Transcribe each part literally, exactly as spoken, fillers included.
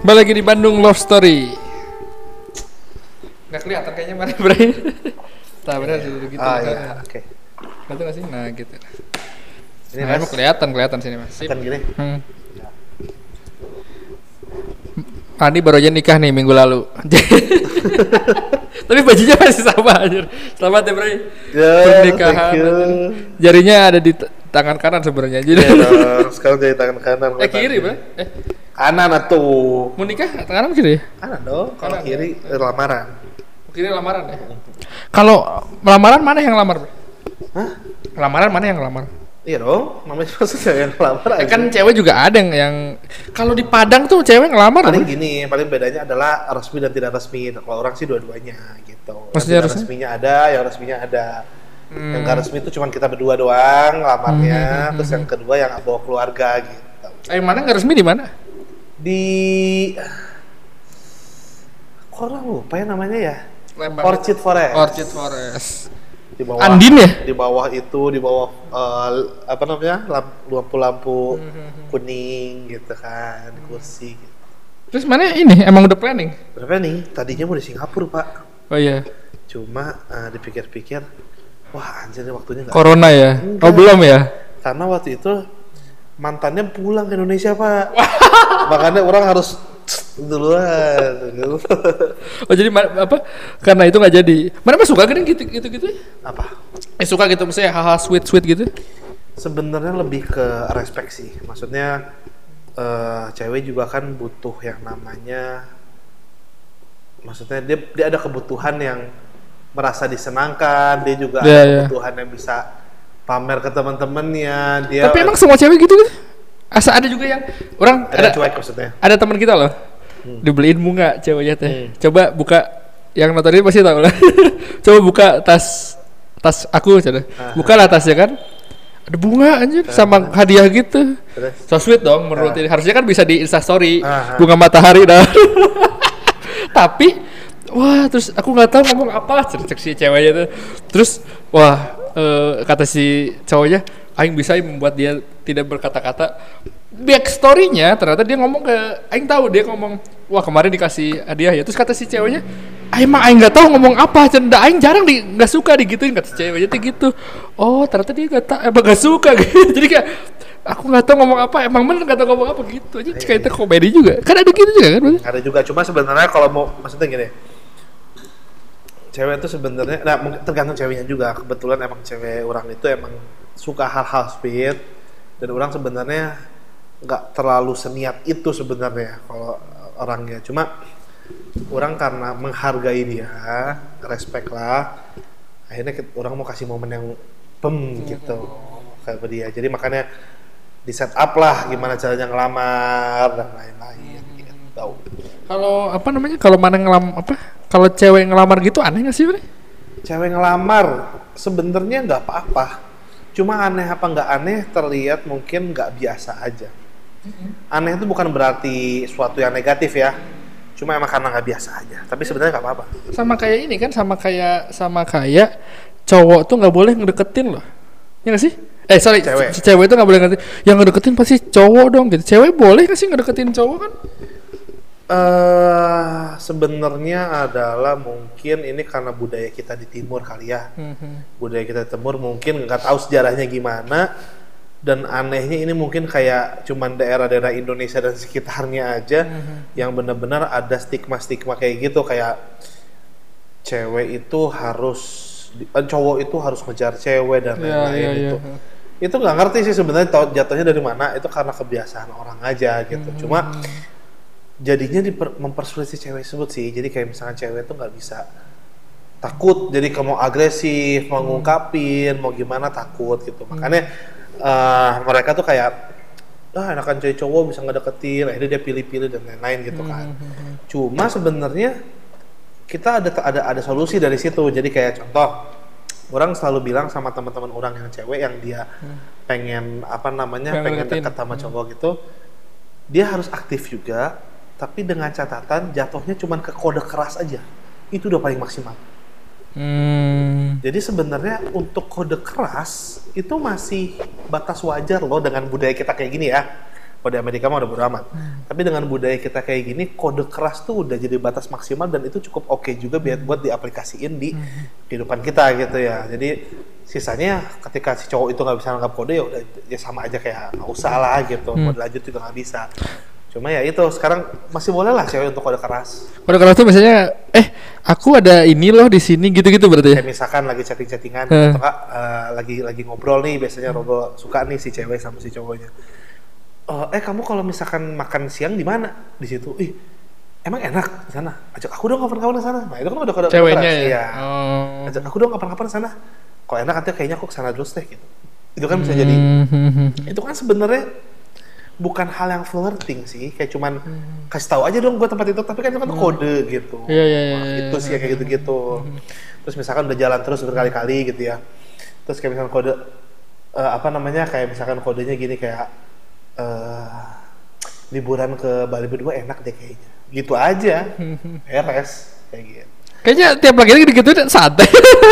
Kembali lagi di Bandung Love Story. Gak kelihatan kayaknya mana Bray. Nah benar sih gitu. Ah iya, oke. Kelihatan gak sih? Nah gitu. Ini Nah, emang kelihatan kelihatan sini mas. Kan gini. Hmm. Adi baru aja nikah nih minggu lalu. Tapi bajunya masih sama aja. Selamat ya Bray. Ya, Pernikahan. thank you. Jarinya ada di t- tangan kanan sebenarnya. Jadi. Ya, dong, sekarang jadi tangan kanan. Eh kiri Bray. Eh kanan atuh. mau nikah tangan kiri ya? Kanan dong. Kalau Kanan. kiri eh, lamaran. Kiri lamaran ya. Kalau lamaran mana yang lamar Bray? Hah? Lamaran mana yang lamar? Iya dong. Namanya maksudnya yang lamar Eh, aja. kan cewek juga ada yang, yang kalau di Padang tuh cewek ngelamar Paling Bray. gini, paling bedanya adalah resmi dan tidak resmi. Kalau orang sih dua-duanya gitu. Maksudnya Yang tidak resmi? resminya ada, yang resminya ada. Hmm. Yang nggak resmi itu cuma kita berdua doang lamarnya. Hmm, hmm, Terus yang kedua yang bawa keluarga gitu. Eh mana nggak resmi di mana? Di kok orang lupa ya namanya ya. Lembang. Orchid Forest. Orchid Forest. Di bawah Andin ya? di bawah itu di bawah eh, apa namanya lamp- lampu-lampu kuning gitu kan, kursi gitu. Terus mana ini emang udah planning? Berapa nih? Tadinya mau di Singapura pak, Oh iya. cuma eh, dipikir-pikir, wah anjir ini waktunya nggak. Corona ya? Enggak. Oh belum ya? Karena waktu itu mantannya pulang ke Indonesia pak, makanya orang harus duluan. Gitu. Oh jadi ma- apa? Karena itu nggak jadi. Mana mah suka kan gitu gitu gitu? Apa? Eh suka gitu misalnya hal-hal sweet sweet gitu? Sebenarnya lebih ke respect sih, maksudnya eh, cewek juga kan butuh yang namanya, maksudnya dia dia ada kebutuhan yang merasa disenangkan, dia juga Yeah, ada yeah. kebutuhan yang bisa pamer ke teman-temannya. Dia Tapi emang semua cewek gitu kan? Asa ada juga yang orang ada ada cuek maksudnya. ada teman kita loh. Dibeliin bunga ceweknya teh. Coba buka yang nonton ini pasti tahu lah. Coba buka tas tas aku coba. Bukalah tasnya kan. Ada bunga anjir sama hadiah gitu. Terus So sweet dong menurut ini. Harusnya kan bisa di Insta story Ah, ah. bunga matahari dah. Tapi wah terus aku nggak tahu ngomong apa cek si ceweknya tuh. Terus wah eh, kata si cowoknya aing bisa membuat dia tidak berkata-kata. Back story-nya ternyata dia ngomong ke aing tahu dia ngomong wah kemarin dikasih hadiah ya. Terus kata si ceweknya aing mah aing nggak tahu ngomong apa cenda aing jarang di nggak suka digituin kata si ceweknya tuh gitu. Oh ternyata dia nggak tahu emang nggak suka gitu. Jadi kayak aku nggak tahu ngomong apa emang bener nggak tahu ngomong apa gitu aja kayak itu komedi juga kan ada gitu juga kan bener? ada juga, cuma sebenarnya kalau mau maksudnya gini, cewek itu sebenarnya, nah mungkin tergantung ceweknya juga. Kebetulan emang cewek orang itu emang suka hal-hal sweet, dan orang sebenarnya nggak terlalu seniat itu sebenarnya kalau orangnya. Cuma orang karena menghargai dia, respect lah, akhirnya kita- orang mau kasih momen yang pem gitu kayak dia. Jadi makanya di set up lah gimana caranya ngelamar dan lain-lain gitu. Kalau apa namanya kalau mana ngelam apa kalau cewek ngelamar gitu aneh nggak sih Bre? Cewek ngelamar sebenarnya nggak apa-apa, cuma aneh apa nggak aneh terlihat mungkin nggak biasa aja. Aneh itu bukan berarti suatu yang negatif ya, cuma emang karena nggak biasa aja, tapi sebenarnya nggak apa-apa. Sama kayak ini kan sama kayak sama kayak cowok tuh nggak boleh ngedeketin loh ya nggak sih? Eh sorry Cewek. c- cewek itu nggak boleh ngedeketin yang ngedeketin pasti cowok dong gitu. Cewek boleh nggak sih ngedeketin cowok kan? Eh sebenarnya adalah mungkin ini karena budaya kita di timur kali ya. Budaya kita di timur mungkin nggak tahu sejarahnya gimana, dan anehnya ini mungkin kayak cuman daerah-daerah Indonesia dan sekitarnya aja yang benar-benar ada stigma-stigma kayak gitu, kayak cewek itu harus eh, cowok itu harus ngejar cewek dan Iya, lain-lain iya, itu. iya. Itu nggak ngerti sih sebenarnya tau- jatuhnya dari mana, itu karena kebiasaan orang aja gitu. Cuma jadinya diper, mempersulit si cewek tersebut sih. Jadi kayak misalkan cewek itu nggak bisa, takut, jadi kamu agresif, mau ngungkapin, mau gimana takut gitu. Makanya eh, mereka tuh kayak ah enakan cewek cowok bisa ngedeketin, akhirnya dia pilih-pilih dan lain-lain gitu kan. Cuma sebenarnya kita ada ada ada solusi dari situ. Jadi kayak contoh, orang selalu bilang sama teman-teman orang yang cewek yang dia pengen apa namanya Pengen pengen ngedeketin. dekat sama cowok gitu, dia harus aktif juga, tapi dengan catatan jatuhnya cuman ke kode keras aja. Itu udah paling maksimal. Hmm. Jadi sebenarnya untuk kode keras itu masih batas wajar loh dengan budaya kita kayak gini ya. Kalau di Amerika mah udah bodo amat. Hmm. Tapi dengan budaya kita kayak gini, kode keras tuh udah jadi batas maksimal dan itu cukup oke okay juga biar buat diaplikasiin di hmm. kehidupan kita gitu ya. Jadi sisanya ketika si cowok itu nggak bisa nganggap kode ya udah ya sama aja kayak nggak usah lah gitu. Hmm. Mau dilanjut juga nggak bisa. Cuma ya itu sekarang masih boleh lah cewek untuk kode keras. Kode keras tuh misalnya, eh aku ada ini loh di sini gitu-gitu berarti. Kayak misalkan lagi chatting-chattingan, hmm. atau kak uh, lagi lagi ngobrol nih biasanya Rogo suka nih si cewek sama si cowoknya. Uh, eh kamu kalau misalkan makan siang di mana? Di situ. Ih, emang enak di sana. Ajak aku dong kapan-kapan ke sana. Nah, itu kan udah kode keras. Ceweknya ya. Iya. Oh. Ajak aku dong kapan-kapan ke sana. Kalau enak nanti kayaknya aku ke sana dulu deh gitu. Itu kan bisa hmm. jadi. Itu kan sebenarnya bukan hal yang flirting sih, kayak cuman hmm. kasih tahu aja dong gue tempat itu, tapi kan itu kan hmm. kode gitu. Iya iya iya. Itu sih kayak gitu-gitu. Hmm. Terus misalkan udah jalan terus berkali-kali gitu ya. Terus kayak misalkan kode uh, apa namanya kayak misalkan kodenya gini kayak Uh, liburan ke Bali berdua enak deh kayaknya, gitu aja, beres kayak gitu. Kayaknya tiap lagi lagi gitu santai.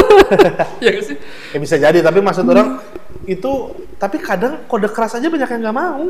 Ya gak sih? Ya bisa jadi, tapi maksud orang itu, tapi kadang kode keras aja banyak yang nggak mau.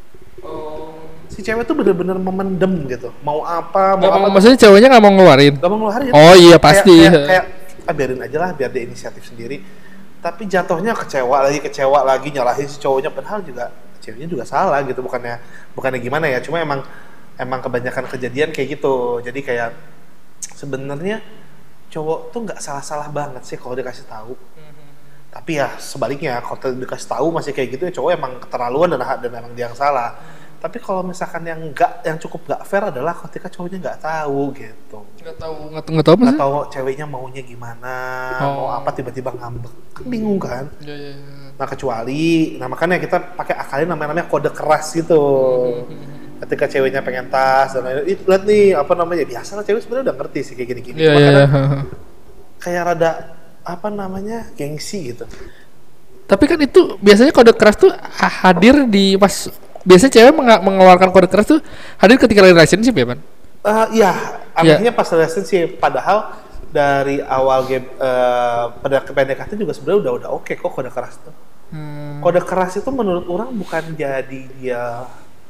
Oh. Si cewek tuh bener-bener memendem gitu, mau apa, mau gak apa. Maksudnya ceweknya nggak mau ngeluarin? Nggak mau ngeluarin. Oh iya pasti. Kayak, kayak, kayak ah, biarin aja lah, biar dia inisiatif sendiri. Tapi jatuhnya kecewa lagi, kecewa lagi, nyalahin si cowoknya, padahal juga ceweknya juga salah gitu, bukannya bukannya gimana ya, cuma emang emang kebanyakan kejadian kayak gitu. Jadi kayak sebenarnya cowok tuh nggak salah-salah banget sih kalau dikasih tahu. Mm-hmm. Tapi ya sebaliknya kalau dikasih tahu masih kayak gitu ya cowok emang keterlaluan dan dan emang dia yang salah. Mm-hmm. Tapi kalau misalkan yang nggak, yang cukup nggak fair adalah ketika cowoknya nggak tahu gitu. Nggak tahu nggak nggak tahu nggak tahu ceweknya maunya gimana, oh. mau apa tiba-tiba ngambek, kan bingung kan. Yeah, yeah, yeah. Nah kecuali, nah makanya kita pakai akalin namanya namanya kode keras gitu. Mm-hmm. Ketika ceweknya pengen tas dan lain-lain, itu lihat nih apa namanya, biasa lah cewek sebenarnya udah ngerti sih kayak gini-gini. Yeah, Cuma yeah. kadang kayak rada apa namanya gengsi gitu. Tapi kan itu biasanya kode keras tuh hadir di pas biasanya cewek meng- mengeluarkan kode keras tuh hadir ketika relationship ya, Pan? Uh, iya, anehnya yeah. pas relationship, padahal dari awal game uh, pada P D K T juga sebenarnya udah udah oke okay kok kode keras tuh. Hmm. Kode keras itu menurut orang bukan jadi dia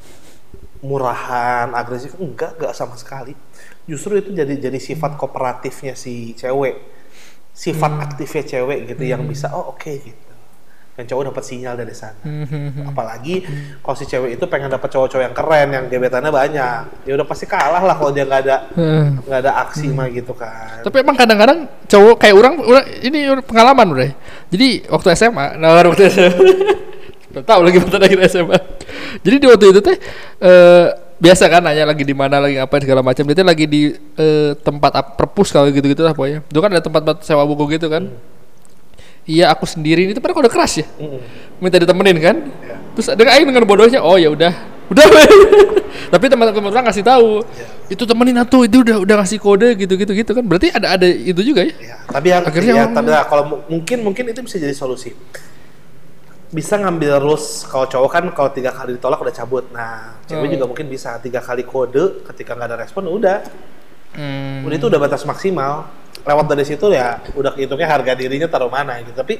murahan, agresif, enggak, enggak sama sekali. Justru itu jadi jadi sifat kooperatifnya si cewek, sifat hmm. aktifnya cewek gitu hmm. yang bisa oh oke okay, gitu. Dan cowok dapat sinyal dari sana. Hmm. Apalagi hmm. kalau si cewek itu pengen dapat cowok-cowok yang keren, yang gebetannya banyak, ya udah pasti kalah lah kalau dia nggak ada nggak hmm. ada aksi hmm. mah gitu kan. Tapi emang kadang-kadang cowok kayak orang, orang ini pengalaman udah. Jadi waktu S M A, nah waktu S M A, udah tahu lagi waktu akhir S M A. Jadi di waktu itu teh uh, biasa kan nanya lagi di mana lagi ngapain segala macam. Dia lagi di uh, tempat ap- perpus kalau gitu-gitu lah pokoknya. Itu kan ada tempat sewa buku gitu kan. Hmm. Iya aku sendiri, itu pada kode keras ya, mm-hmm. minta ditemenin kan, yeah. Terus ada aing dengan bodohnya, oh ya udah, udah, tapi teman-teman orang ngasih tahu, yeah. itu temenin atuh, itu udah udah ngasih kode gitu-gitu gitu kan, berarti ada ada itu juga ya. Yeah. Tapi yang akhirnya ya, tapi ya, kalau m- mungkin mungkin itu bisa jadi solusi, bisa ngambil rules kalau cowok kan kalau tiga kali ditolak udah cabut, nah cewek oh. juga mungkin bisa tiga kali kode, ketika nggak ada respon udah, hmm. udah itu udah batas maksimal. Lewat dari situ ya udah hitungnya harga dirinya taruh mana gitu. Tapi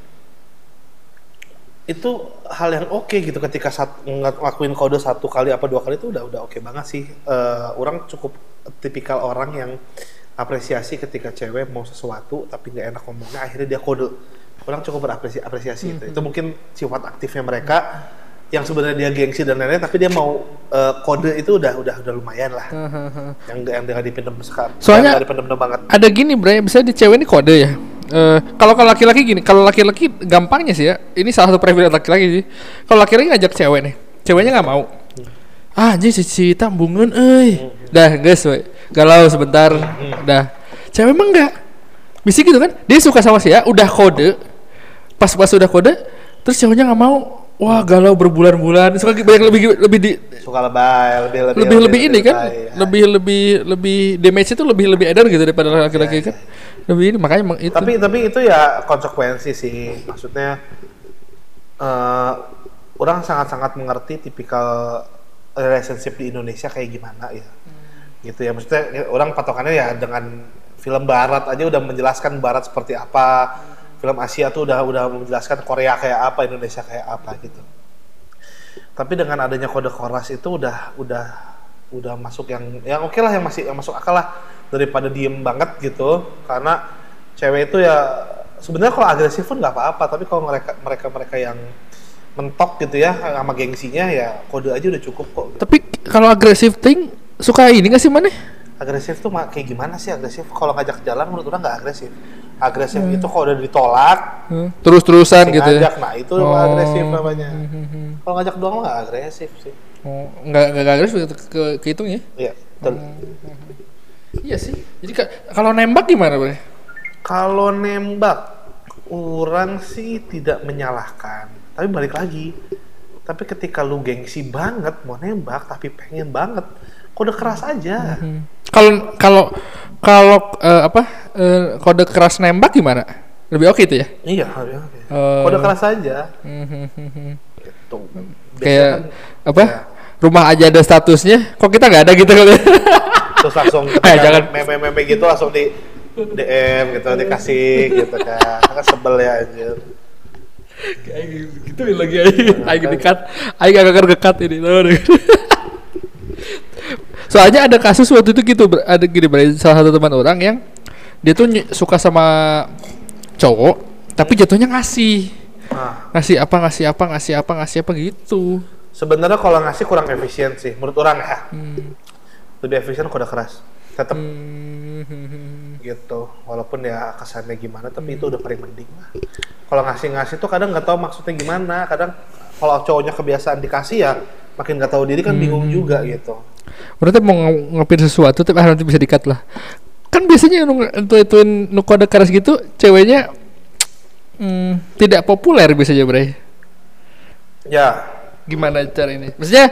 itu hal yang oke okay gitu ketika saat ngelakuin kode satu kali apa dua kali itu udah udah oke okay banget sih. Uh, orang cukup tipikal orang yang apresiasi ketika cewek mau sesuatu tapi nggak enak ngomongnya akhirnya dia kode. Orang cukup berapresiasi apresiasi mm-hmm. itu. Itu mungkin sifat aktifnya mereka yang sebenarnya dia gengsi dan lain-lain tapi dia mau uh, kode itu udah udah udah lumayan lah. Uh-huh. Yang yang nggak dipendam sekali. Soalnya dipendam banget. Ada gini, Bray, bisa di cewek ini kode ya. Uh, kalau kalau laki-laki gini, kalau laki-laki gampangnya sih ya. Ini salah satu privilege laki-laki sih. Kalau laki-laki ngajak cewek nih, ceweknya nggak mau. Hmm. Ah, anjir si si tambungan, euy. Hmm. Dah, guys, we. Galau sebentar. Hmm. Dah. Cewek emang enggak. Bisa gitu kan? Dia suka sama si ya, udah kode. Pas-pas udah kode, terus ceweknya nggak mau. Wah galau berbulan-bulan, suka banyak lebih lebih di suka lebay, lebih lebih lebih, lebih ini lebih kan, lebay, ya. lebih lebih lebih damage itu lebih lebih edar gitu daripada laki-laki ya, kan, ya. Lebih ini makanya itu. Tapi tapi itu ya konsekuensi sih, maksudnya uh, orang sangat-sangat mengerti tipikal relationship di Indonesia kayak gimana ya, hmm. gitu ya, maksudnya orang patokannya ya dengan film Barat aja udah menjelaskan Barat seperti apa. Hmm. Film Asia tuh udah udah menjelaskan Korea kayak apa, Indonesia kayak apa gitu. Tapi dengan adanya kode keras itu udah udah udah masuk yang yang oke lah, yang masih yang masuk akal lah daripada diem banget gitu. Karena cewek itu ya sebenarnya kalau agresif pun nggak apa-apa, tapi kalau mereka mereka mereka yang mentok gitu ya sama gengsinya ya kode aja udah cukup kok. Gitu. Tapi kalau agresif thing suka ini nggak sih mana? Agresif tuh kayak gimana sih agresif? Kalau ngajak jalan menurut orang nggak agresif. Agresif hmm. itu kalau udah ditolak hmm. terus-terusan gitu ngajak, ya. Nah itu oh. agresif namanya. Hmm. Kalau ngajak doang nggak agresif sih. Oh, nggak nggak agresif ke kehitung ya? Iya. Betul. Hmm. Iya sih. Jadi kalau nembak gimana, Bre? Kalau nembak orang sih tidak menyalahkan. Tapi balik lagi, tapi ketika lu gengsi banget mau nembak tapi pengen banget, kode keras aja. Kalau hmm. kalau kalau uh, apa uh, kode keras nembak gimana? Lebih oke itu ya? Iya, lebih oke. Uh, kode keras aja. Hmm. Gitu. Kayak kan, apa? Ya. Rumah aja ada statusnya, kok kita nggak ada gitu kali? Terus langsung eh, jangan meme-meme gitu langsung di D M gitu dikasih gitu kan. Kan sebel ya anjir. Kayak gitu lagi aja, aing dekat, aing agak dekat ini, tahu deh. Soalnya ada kasus waktu itu gitu, ada gini, salah satu teman orang yang dia tuh suka sama cowok, tapi jatuhnya ngasih, nah. ngasih apa, ngasih apa, ngasih apa, ngasih apa gitu. Sebenarnya kalau ngasih kurang efisien sih, menurut orang ya. Hmm. Lebih efisien kode keras, tetap. Hmm. Gitu, walaupun ya kesannya gimana, tapi hmm. itu udah paling mending lah. Kalau ngasih-ngasih tuh kadang nggak tahu maksudnya gimana, kadang kalau cowoknya kebiasaan dikasih ya makin nggak tahu diri kan hmm. bingung juga gitu. Berarti mau ngopin sesuatu tapi nanti bisa dikat lah. Kan biasanya untuk ituin kode keras gitu, ceweknya hmm, tidak populer biasanya, Bre. Ya. Gimana cara ini? Maksudnya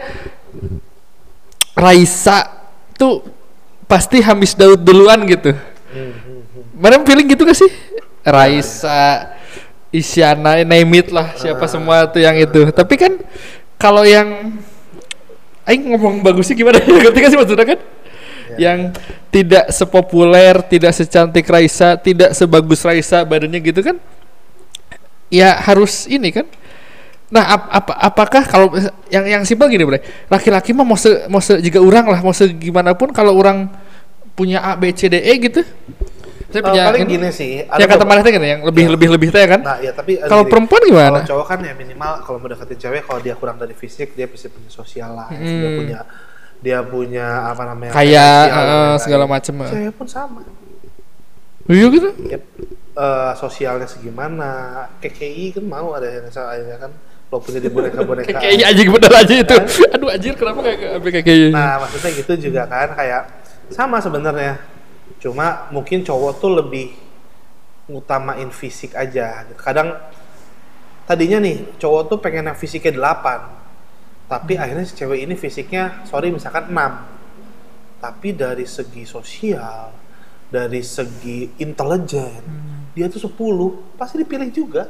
Raisa tuh pasti Hamis Daud duluan gitu. Mana feeling gitu gak sih? Raisa, Isyana, name it lah, siapa uh, semua tuh yang itu. Tapi kan kalau yang aing ngomong bagusnya gimana ya? Ketika sih maksudnya kan yeah. yang tidak sepopuler, tidak secantik Raisa, tidak sebagus Raisa badannya gitu kan? Ya harus ini kan. Nah, ap, ap, apakah kalau yang yang simpel gini, Bre. Laki-laki mah mau se, mau se juga orang lah, mau segimana pun kalau orang punya A B C D E gitu. Saya punya uh, paling gini sih. Ya kata mana teh yang lebih ya. lebih lebih teh kan. Nah, ya tapi kalau perempuan gimana? Kalau cowok kan ya minimal kalau mau deketin cewek kalau dia kurang dari fisik dia bisa punya sosial lah, hmm. dia punya dia punya apa namanya? Kayak uh, segala macam. Cewek pun sama. Iya gitu. Yep. Uh, sosialnya segimana? K K I kan mau ada yang misalnya kan lo punya di boneka-boneka. K K I aja bener aja itu. Kan? Aduh anjir kenapa kayak K K I? Nah, maksudnya gitu juga kan kayak sama sebenarnya. Cuma mungkin cowok tuh lebih ngutamain fisik aja. Kadang tadinya nih cowok tuh pengen yang fisiknya delapan, tapi hmm. akhirnya si cewek ini fisiknya sorry misalkan enam. Tapi dari segi sosial, dari segi intelijen, hmm. dia tuh sepuluh, pasti dipilih juga.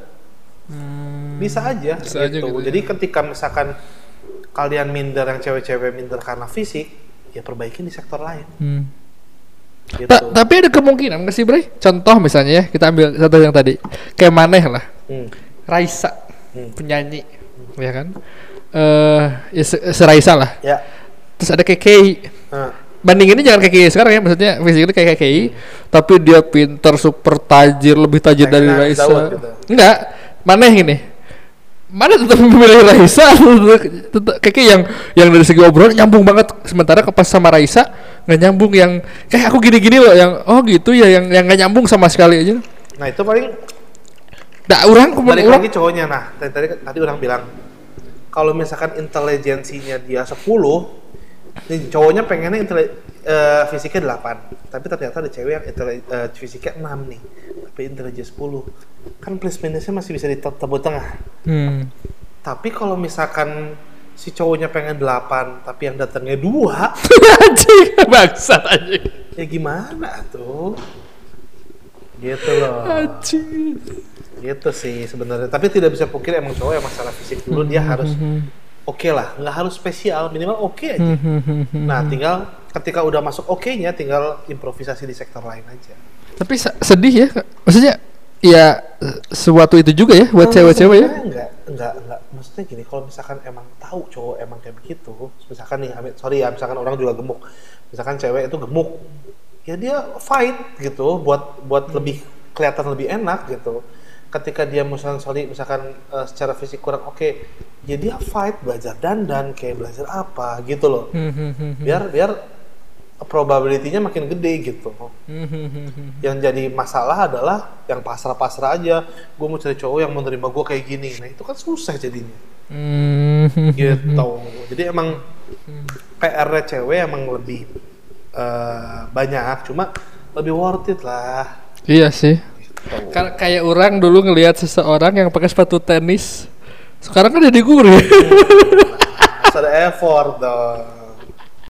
Hmm. Bisa aja Bisa gitu. Aja gitu. Jadi ketika misalkan kalian minder yang cewek-cewek minder karena fisik, ya perbaikin di sektor lain. Hmm. Gitu. Ta- tapi ada kemungkinan nggak sih, Bray? Contoh misalnya ya, kita ambil contoh yang tadi, kayak Maneh lah, hmm. Raisa, hmm. penyanyi, hmm. ya kan? Uh, ya se- Raisa lah. Ya. Terus ada K K I. Hmm. Bandinginnya jangan K K I sekarang ya, maksudnya fisiknya kayak K K I, hmm. tapi dia pintar, super tajir, lebih tajir kayak dari Raisa. Gitu. Enggak, Maneh ini. Mana tetap memilih Raisa, tetap kayak yang yang dari segi obrolan nyambung banget, sementara pas sama Raisa nggak nyambung, yang kayak aku gini-gini loh, yang oh gitu ya, yang yang nggak nyambung sama sekali aja. Nah itu paling, nah orang balik lagi cowoknya. Nah tadi tadi, tadi orang bilang kalau misalkan intelijensinya dia sepuluh, nih cowoknya pengennya intele, uh, fisiknya delapan, tapi ternyata ada cewek yang intele, uh, fisiknya enam nih, tapi intelijen sepuluh. Kan plus minusnya masih bisa ditebut tengah. Hmm. Tapi kalau misalkan si cowoknya pengen delapan tapi yang datangnya dua, anjing, bangsat anjing. Ya gimana tuh? Gitu loh. Anjing. Gitu sih sebenarnya. Tapi tidak bisa pungkiri emang cowok yang masalah fisik dulu hmm. dia harus oke okay lah, nggak harus spesial, minimal oke okay aja. Nah, tinggal ketika udah masuk oke-nya tinggal improvisasi di sektor lain aja. Tapi sedih ya, maksudnya ya sesuatu itu juga ya buat oh, cewek-cewek ya? Enggak, enggak, enggak. Maksudnya maksudnya gini, kalau misalkan emang tahu cowok emang kayak begitu, misalkan nih, sorry ya, misalkan orang juga gemuk, misalkan cewek itu gemuk, ya dia fight gitu, buat buat hmm. lebih kelihatan lebih enak gitu. Ketika dia misalkan sorry, misalkan uh, secara fisik kurang oke, okay, ya dia fight, belajar dandan, kayak belajar apa gitu loh, biar biar probability-nya makin gede gitu. Yang jadi masalah adalah yang pasrah-pasrah aja. Gue mau cari cowok yang mau nerima gue kayak gini. Nah itu kan susah jadinya. Gitu. Jadi emang P R-nya cewek emang lebih uh, banyak. Cuma lebih worth it lah. Iya sih. Gitu. K- kayak orang dulu ngelihat seseorang yang pakai sepatu tenis. Sekarang kan jadi gurih. Hmm, harus ada effort dong.